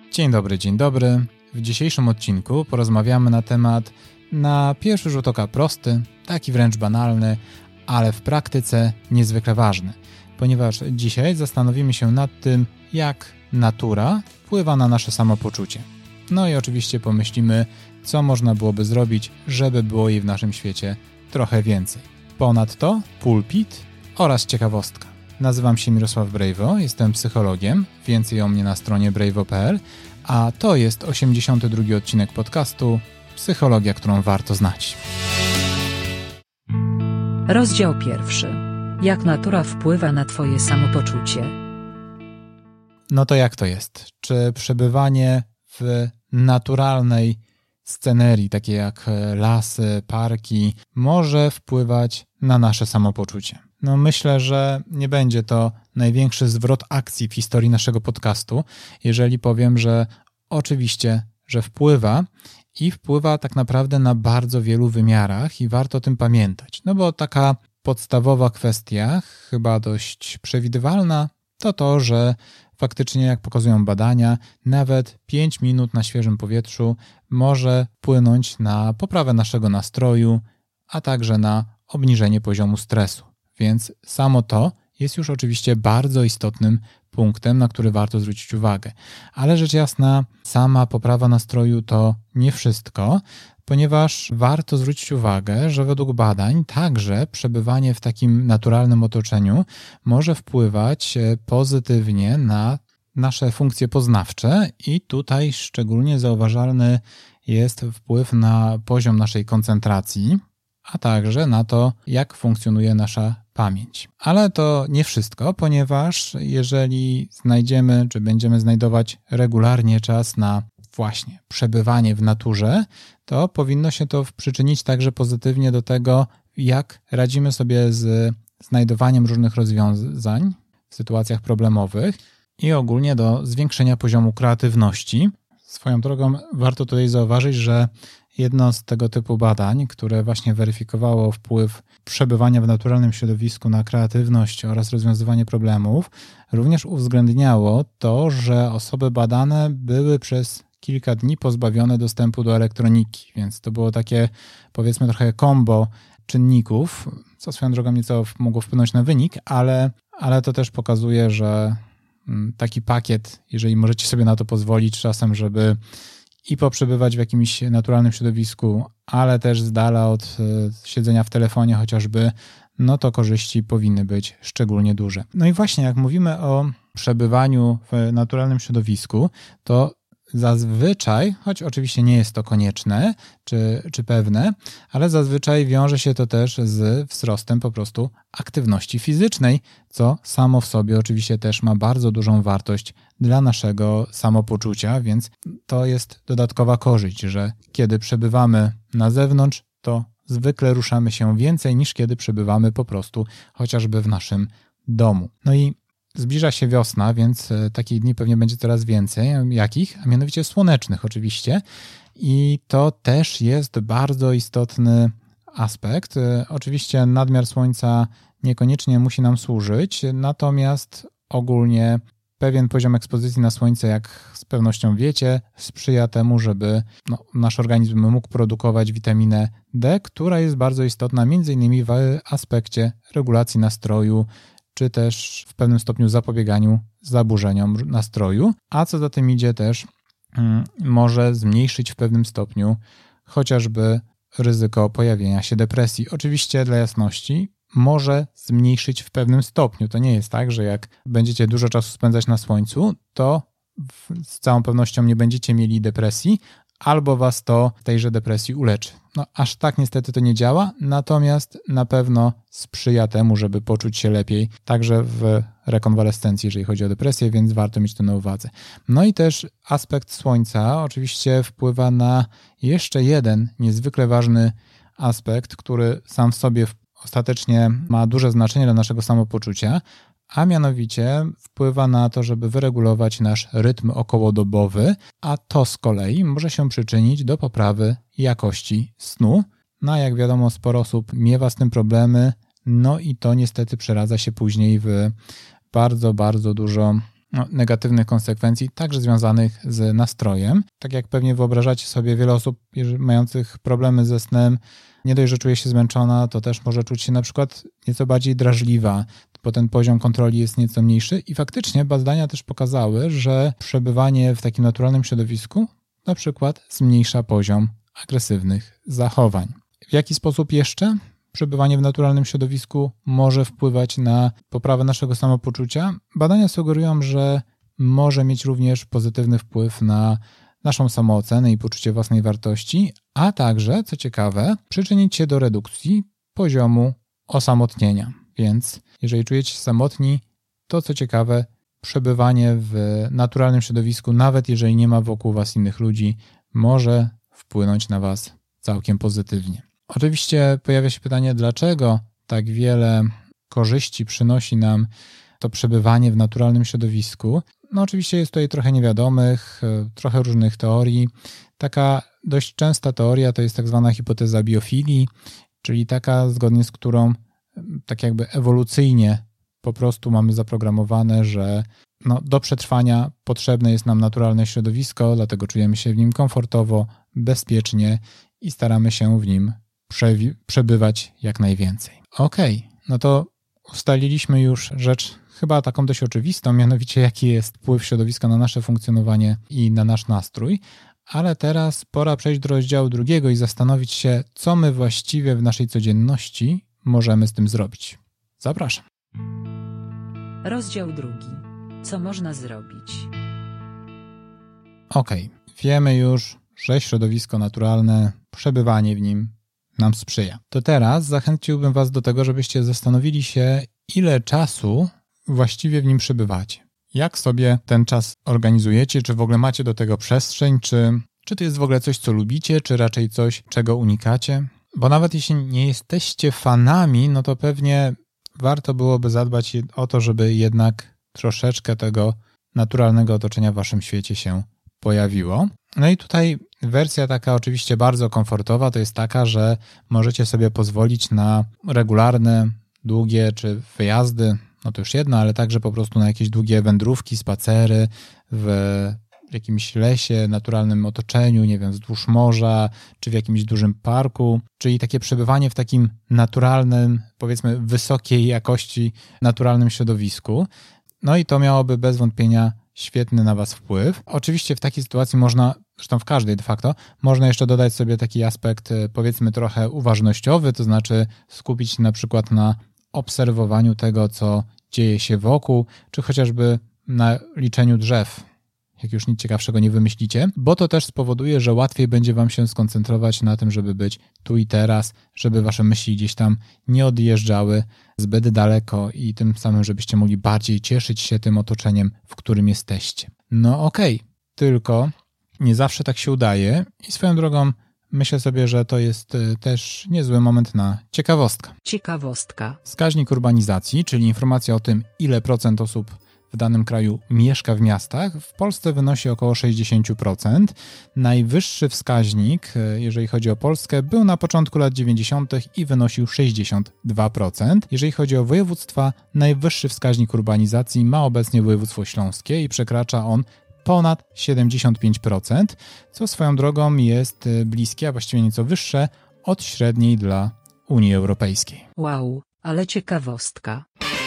Dzień dobry. W dzisiejszym odcinku porozmawiamy na temat na pierwszy rzut oka prosty, taki wręcz banalny, ale w praktyce niezwykle ważny, ponieważ dzisiaj zastanowimy się nad tym, jak natura wpływa na nasze samopoczucie. No i oczywiście pomyślimy, co można byłoby zrobić, żeby było jej w naszym świecie trochę więcej. Ponadto pulpit oraz ciekawostka. Nazywam się Mirosław Brejwo, jestem psychologiem, więcej o mnie na stronie brejwo.pl, a to jest 82. odcinek podcastu Psychologia, którą warto znać. Rozdział 1. Jak natura wpływa na Twoje samopoczucie? No to jak to jest? Czy przebywanie w naturalnej scenerii, takie jak lasy, parki, może wpływać na nasze samopoczucie? No myślę, że nie będzie to największy zwrot akcji w historii naszego podcastu, jeżeli powiem, że oczywiście, że wpływa i wpływa tak naprawdę na bardzo wielu wymiarach i warto o tym pamiętać. No bo taka podstawowa kwestia, chyba dość przewidywalna, to, że faktycznie, jak pokazują badania, nawet 5 minut na świeżym powietrzu może wpłynąć na poprawę naszego nastroju, a także na obniżenie poziomu stresu. Więc samo to jest już oczywiście bardzo istotnym punktem, na który warto zwrócić uwagę. Ale rzecz jasna, sama poprawa nastroju to nie wszystko, ponieważ warto zwrócić uwagę, że według badań także przebywanie w takim naturalnym otoczeniu może wpływać pozytywnie na nasze funkcje poznawcze i tutaj szczególnie zauważalny jest wpływ na poziom naszej koncentracji, a także na to, jak funkcjonuje nasza pamięć. Ale to nie wszystko, ponieważ jeżeli znajdziemy, czy będziemy znajdować regularnie czas na właśnie przebywanie w naturze, to powinno się to przyczynić także pozytywnie do tego, jak radzimy sobie z znajdowaniem różnych rozwiązań w sytuacjach problemowych i ogólnie do zwiększenia poziomu kreatywności. Swoją drogą warto tutaj zauważyć, że jedno z tego typu badań, które właśnie weryfikowało wpływ przebywania w naturalnym środowisku na kreatywność oraz rozwiązywanie problemów, również uwzględniało to, że osoby badane były przez kilka dni pozbawione dostępu do elektroniki, więc to było takie, powiedzmy, trochę kombo czynników, co swoją drogą nieco mogło wpłynąć na wynik, ale to też pokazuje, że taki pakiet, jeżeli możecie sobie na to pozwolić czasem, żeby i poprzebywać w jakimś naturalnym środowisku, ale też z dala od siedzenia w telefonie chociażby, no to korzyści powinny być szczególnie duże. No i właśnie jak mówimy o przebywaniu w naturalnym środowisku, to zazwyczaj, choć oczywiście nie jest to konieczne czy pewne, ale zazwyczaj wiąże się to też z wzrostem po prostu aktywności fizycznej, co samo w sobie oczywiście też ma bardzo dużą wartość dla naszego samopoczucia, więc to jest dodatkowa korzyść, że kiedy przebywamy na zewnątrz, to zwykle ruszamy się więcej niż kiedy przebywamy po prostu chociażby w naszym domu. No i zbliża się wiosna, więc takich dni pewnie będzie coraz więcej. Jakich? A mianowicie słonecznych oczywiście. I to też jest bardzo istotny aspekt. Oczywiście nadmiar słońca niekoniecznie musi nam służyć, natomiast ogólnie pewien poziom ekspozycji na słońce, jak z pewnością wiecie, sprzyja temu, żeby nasz organizm mógł produkować witaminę D, która jest bardzo istotna m.in. w aspekcie regulacji nastroju, czy też w pewnym stopniu zapobieganiu zaburzeniom nastroju, a co za tym idzie też może zmniejszyć w pewnym stopniu chociażby ryzyko pojawienia się depresji. Oczywiście dla jasności może zmniejszyć w pewnym stopniu. To nie jest tak, że jak będziecie dużo czasu spędzać na słońcu, to z całą pewnością nie będziecie mieli depresji, albo was to tejże depresji uleczy. No aż tak niestety to nie działa, natomiast na pewno sprzyja temu, żeby poczuć się lepiej, także w rekonwalescencji, jeżeli chodzi o depresję, więc warto mieć to na uwadze. No i też aspekt słońca oczywiście wpływa na jeszcze jeden niezwykle ważny aspekt, który sam w sobie ostatecznie ma duże znaczenie dla naszego samopoczucia, a mianowicie wpływa na to, żeby wyregulować nasz rytm okołodobowy, a to z kolei może się przyczynić do poprawy jakości snu. No jak wiadomo, sporo osób miewa z tym problemy, no i to niestety przeradza się później w bardzo, bardzo dużo negatywnych konsekwencji, także związanych z nastrojem. Tak jak pewnie wyobrażacie sobie, wiele osób mających problemy ze snem, nie dość, że czuje się zmęczona, to też może czuć się na przykład nieco bardziej drażliwa, bo ten poziom kontroli jest nieco mniejszy i faktycznie badania też pokazały, że przebywanie w takim naturalnym środowisku na przykład zmniejsza poziom agresywnych zachowań. W jaki sposób jeszcze przebywanie w naturalnym środowisku może wpływać na poprawę naszego samopoczucia? Badania sugerują, że może mieć również pozytywny wpływ na naszą samoocenę i poczucie własnej wartości, a także, co ciekawe, przyczynić się do redukcji poziomu osamotnienia. Więc jeżeli czujecie się samotni, to co ciekawe, przebywanie w naturalnym środowisku, nawet jeżeli nie ma wokół was innych ludzi, może wpłynąć na was całkiem pozytywnie. Oczywiście pojawia się pytanie, dlaczego tak wiele korzyści przynosi nam to przebywanie w naturalnym środowisku. No oczywiście jest tutaj trochę niewiadomych, trochę różnych teorii. Taka dość częsta teoria to jest tak zwana hipoteza biofilii, czyli taka, zgodnie z którą tak jakby ewolucyjnie po prostu mamy zaprogramowane, że do przetrwania potrzebne jest nam naturalne środowisko, dlatego czujemy się w nim komfortowo, bezpiecznie i staramy się w nim przebywać jak najwięcej. Okej, no to ustaliliśmy już rzecz chyba taką dość oczywistą, mianowicie jaki jest wpływ środowiska na nasze funkcjonowanie i na nasz nastrój, ale teraz pora przejść do rozdziału drugiego i zastanowić się, co my właściwie w naszej codzienności możemy z tym zrobić. Zapraszam. Rozdział drugi. Co można zrobić? Okej, wiemy już, że środowisko naturalne, przebywanie w nim nam sprzyja. To teraz zachęciłbym was do tego, żebyście zastanowili się, ile czasu właściwie w nim przebywacie. Jak sobie ten czas organizujecie, czy w ogóle macie do tego przestrzeń, czy to jest w ogóle coś, co lubicie, czy raczej coś, czego unikacie? Bo nawet jeśli nie jesteście fanami, no to pewnie warto byłoby zadbać o to, żeby jednak troszeczkę tego naturalnego otoczenia w waszym świecie się pojawiło. No i tutaj wersja taka oczywiście bardzo komfortowa to jest taka, że możecie sobie pozwolić na regularne, długie czy wyjazdy, no to już jedno, ale także po prostu na jakieś długie wędrówki, spacery w jakimś lesie, naturalnym otoczeniu, nie wiem, wzdłuż morza, czy w jakimś dużym parku, czyli takie przebywanie w takim naturalnym, powiedzmy wysokiej jakości naturalnym środowisku. No i to miałoby bez wątpienia świetny na was wpływ. Oczywiście w takiej sytuacji można, zresztą w każdej de facto, można jeszcze dodać sobie taki aspekt powiedzmy trochę uważnościowy, to znaczy skupić się na przykład na obserwowaniu tego, co dzieje się wokół, czy chociażby na liczeniu drzew, jak już nic ciekawszego nie wymyślicie, bo to też spowoduje, że łatwiej będzie wam się skoncentrować na tym, żeby być tu i teraz, żeby wasze myśli gdzieś tam nie odjeżdżały zbyt daleko i tym samym, żebyście mogli bardziej cieszyć się tym otoczeniem, w którym jesteście. No okej, tylko nie zawsze tak się udaje i swoją drogą myślę sobie, że to jest też niezły moment na ciekawostkę. Ciekawostka. Wskaźnik urbanizacji, czyli informacja o tym, ile procent osób w danym kraju mieszka w miastach, w Polsce wynosi około 60%. Najwyższy wskaźnik, jeżeli chodzi o Polskę, był na początku lat 90. i wynosił 62%. Jeżeli chodzi o województwa, najwyższy wskaźnik urbanizacji ma obecnie województwo śląskie i przekracza on ponad 75%, co swoją drogą jest bliskie, a właściwie nieco wyższe od średniej dla Unii Europejskiej. Wow, ale ciekawostka.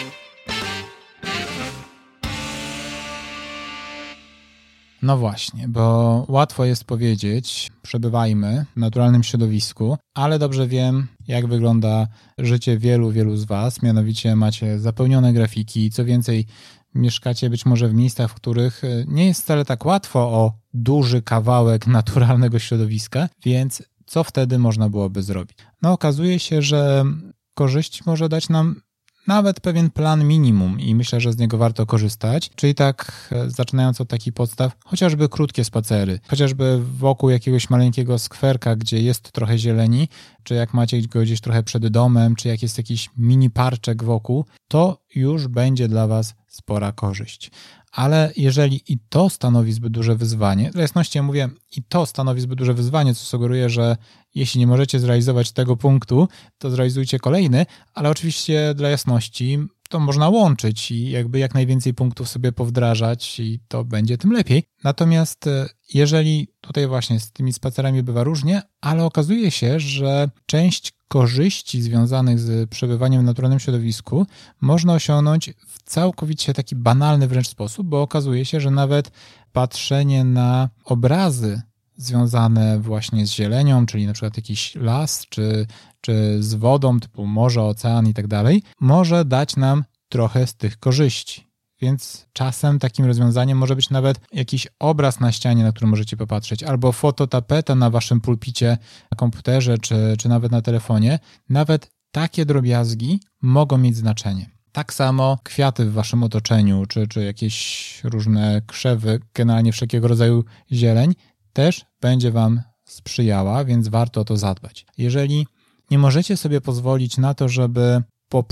No właśnie, bo łatwo jest powiedzieć, przebywajmy w naturalnym środowisku, ale dobrze wiem, jak wygląda życie wielu z was, mianowicie macie zapełnione grafiki, co więcej, mieszkacie być może w miejscach, w których nie jest wcale tak łatwo o duży kawałek naturalnego środowiska, więc co wtedy można byłoby zrobić? No okazuje się, że korzyści może dać nam nawet pewien plan minimum i myślę, że z niego warto korzystać, czyli tak zaczynając od takich podstaw, chociażby krótkie spacery, chociażby wokół jakiegoś maleńkiego skwerka, gdzie jest trochę zieleni, czy jak macie go gdzieś trochę przed domem, czy jak jest jakiś mini parczek wokół, to już będzie dla was spora korzyść. Ale jeżeli i to stanowi zbyt duże wyzwanie, dla jasności ja mówię i to stanowi zbyt duże wyzwanie, co sugeruje, że jeśli nie możecie zrealizować tego punktu, to zrealizujcie kolejny, ale oczywiście dla jasności to można łączyć i jakby jak najwięcej punktów sobie powdrażać i to będzie tym lepiej. Natomiast jeżeli tutaj właśnie z tymi spacerami bywa różnie, ale okazuje się, że część korzyści związanych z przebywaniem w naturalnym środowisku można osiągnąć w całkowicie taki banalny wręcz sposób, bo okazuje się, że nawet patrzenie na obrazy związane właśnie z zielenią, czyli na przykład jakiś las, czy z wodą typu morze, ocean i tak dalej, może dać nam trochę z tych korzyści. Więc czasem takim rozwiązaniem może być nawet jakiś obraz na ścianie, na który możecie popatrzeć, albo fototapeta na waszym pulpicie, na komputerze, czy nawet na telefonie. Nawet takie drobiazgi mogą mieć znaczenie. Tak samo kwiaty w waszym otoczeniu, czy jakieś różne krzewy, generalnie wszelkiego rodzaju zieleń, też będzie wam sprzyjała, więc warto o to zadbać. Jeżeli nie możecie sobie pozwolić na to, żeby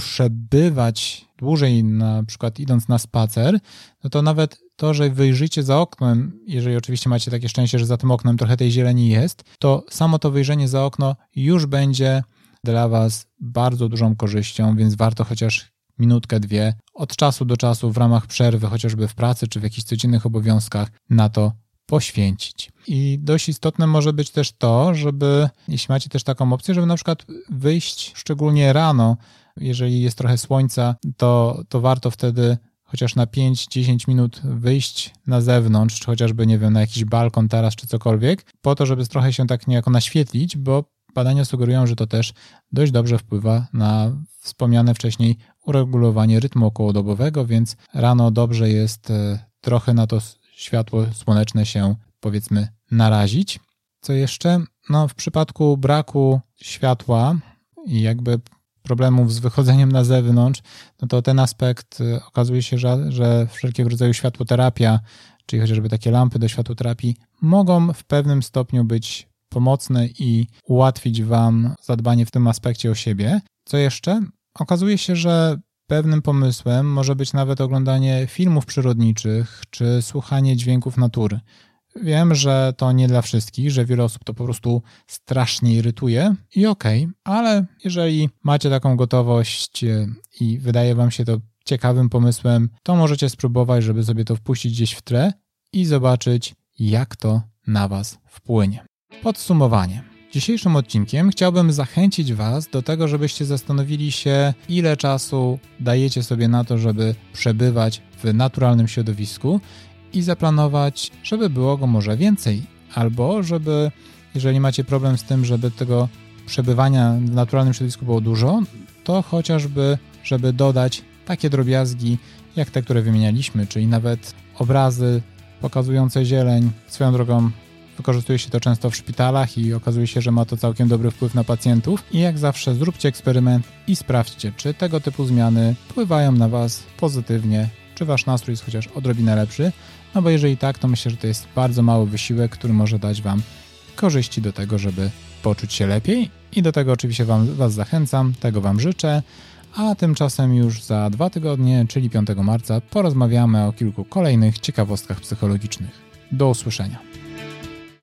poprzebywać dłużej, na przykład idąc na spacer, no to nawet to, że wyjrzycie za oknem, jeżeli oczywiście macie takie szczęście, że za tym oknem trochę tej zieleni jest, to samo to wyjrzenie za okno już będzie dla was bardzo dużą korzyścią, więc warto chociaż minutkę, dwie od czasu do czasu w ramach przerwy, chociażby w pracy czy w jakichś codziennych obowiązkach na to poświęcić. I dość istotne może być też to, żeby, jeśli macie też taką opcję, żeby na przykład wyjść szczególnie rano, jeżeli jest trochę słońca, to warto wtedy chociaż na 5-10 minut wyjść na zewnątrz, czy chociażby, nie wiem, na jakiś balkon, taras czy cokolwiek, po to, żeby trochę się tak niejako naświetlić, bo badania sugerują, że to też dość dobrze wpływa na wspomniane wcześniej uregulowanie rytmu okołodobowego, więc rano dobrze jest trochę na to światło słoneczne się, powiedzmy, narazić. Co jeszcze? No, w przypadku braku światła i jakby problemów z wychodzeniem na zewnątrz, no to ten aspekt okazuje się, że wszelkiego rodzaju światłoterapia, czyli chociażby takie lampy do światłoterapii, mogą w pewnym stopniu być pomocne i ułatwić wam zadbanie w tym aspekcie o siebie. Co jeszcze? Okazuje się, że pewnym pomysłem może być nawet oglądanie filmów przyrodniczych czy słuchanie dźwięków natury. Wiem, że to nie dla wszystkich, że wiele osób to po prostu strasznie irytuje i okej, ale jeżeli macie taką gotowość i wydaje wam się to ciekawym pomysłem, to możecie spróbować, żeby sobie to wpuścić gdzieś w tle i zobaczyć, jak to na was wpłynie. Podsumowanie. Dzisiejszym odcinkiem chciałbym zachęcić was do tego, żebyście zastanowili się, ile czasu dajecie sobie na to, żeby przebywać w naturalnym środowisku i zaplanować, żeby było go może więcej, albo żeby, jeżeli macie problem z tym, żeby tego przebywania w naturalnym środowisku było dużo, to chociażby, żeby dodać takie drobiazgi, jak te, które wymienialiśmy, czyli nawet obrazy pokazujące zieleń. Swoją drogą wykorzystuje się to często w szpitalach i okazuje się, że ma to całkiem dobry wpływ na pacjentów. I jak zawsze zróbcie eksperyment i sprawdźcie, czy tego typu zmiany wpływają na was pozytywnie, czy wasz nastrój jest chociaż odrobinę lepszy. No bo jeżeli tak, to myślę, że to jest bardzo mały wysiłek, który może dać wam korzyści do tego, żeby poczuć się lepiej. I do tego oczywiście was zachęcam, tego wam życzę. A tymczasem już za 2 tygodnie, czyli 5 marca, porozmawiamy o kilku kolejnych ciekawostkach psychologicznych. Do usłyszenia.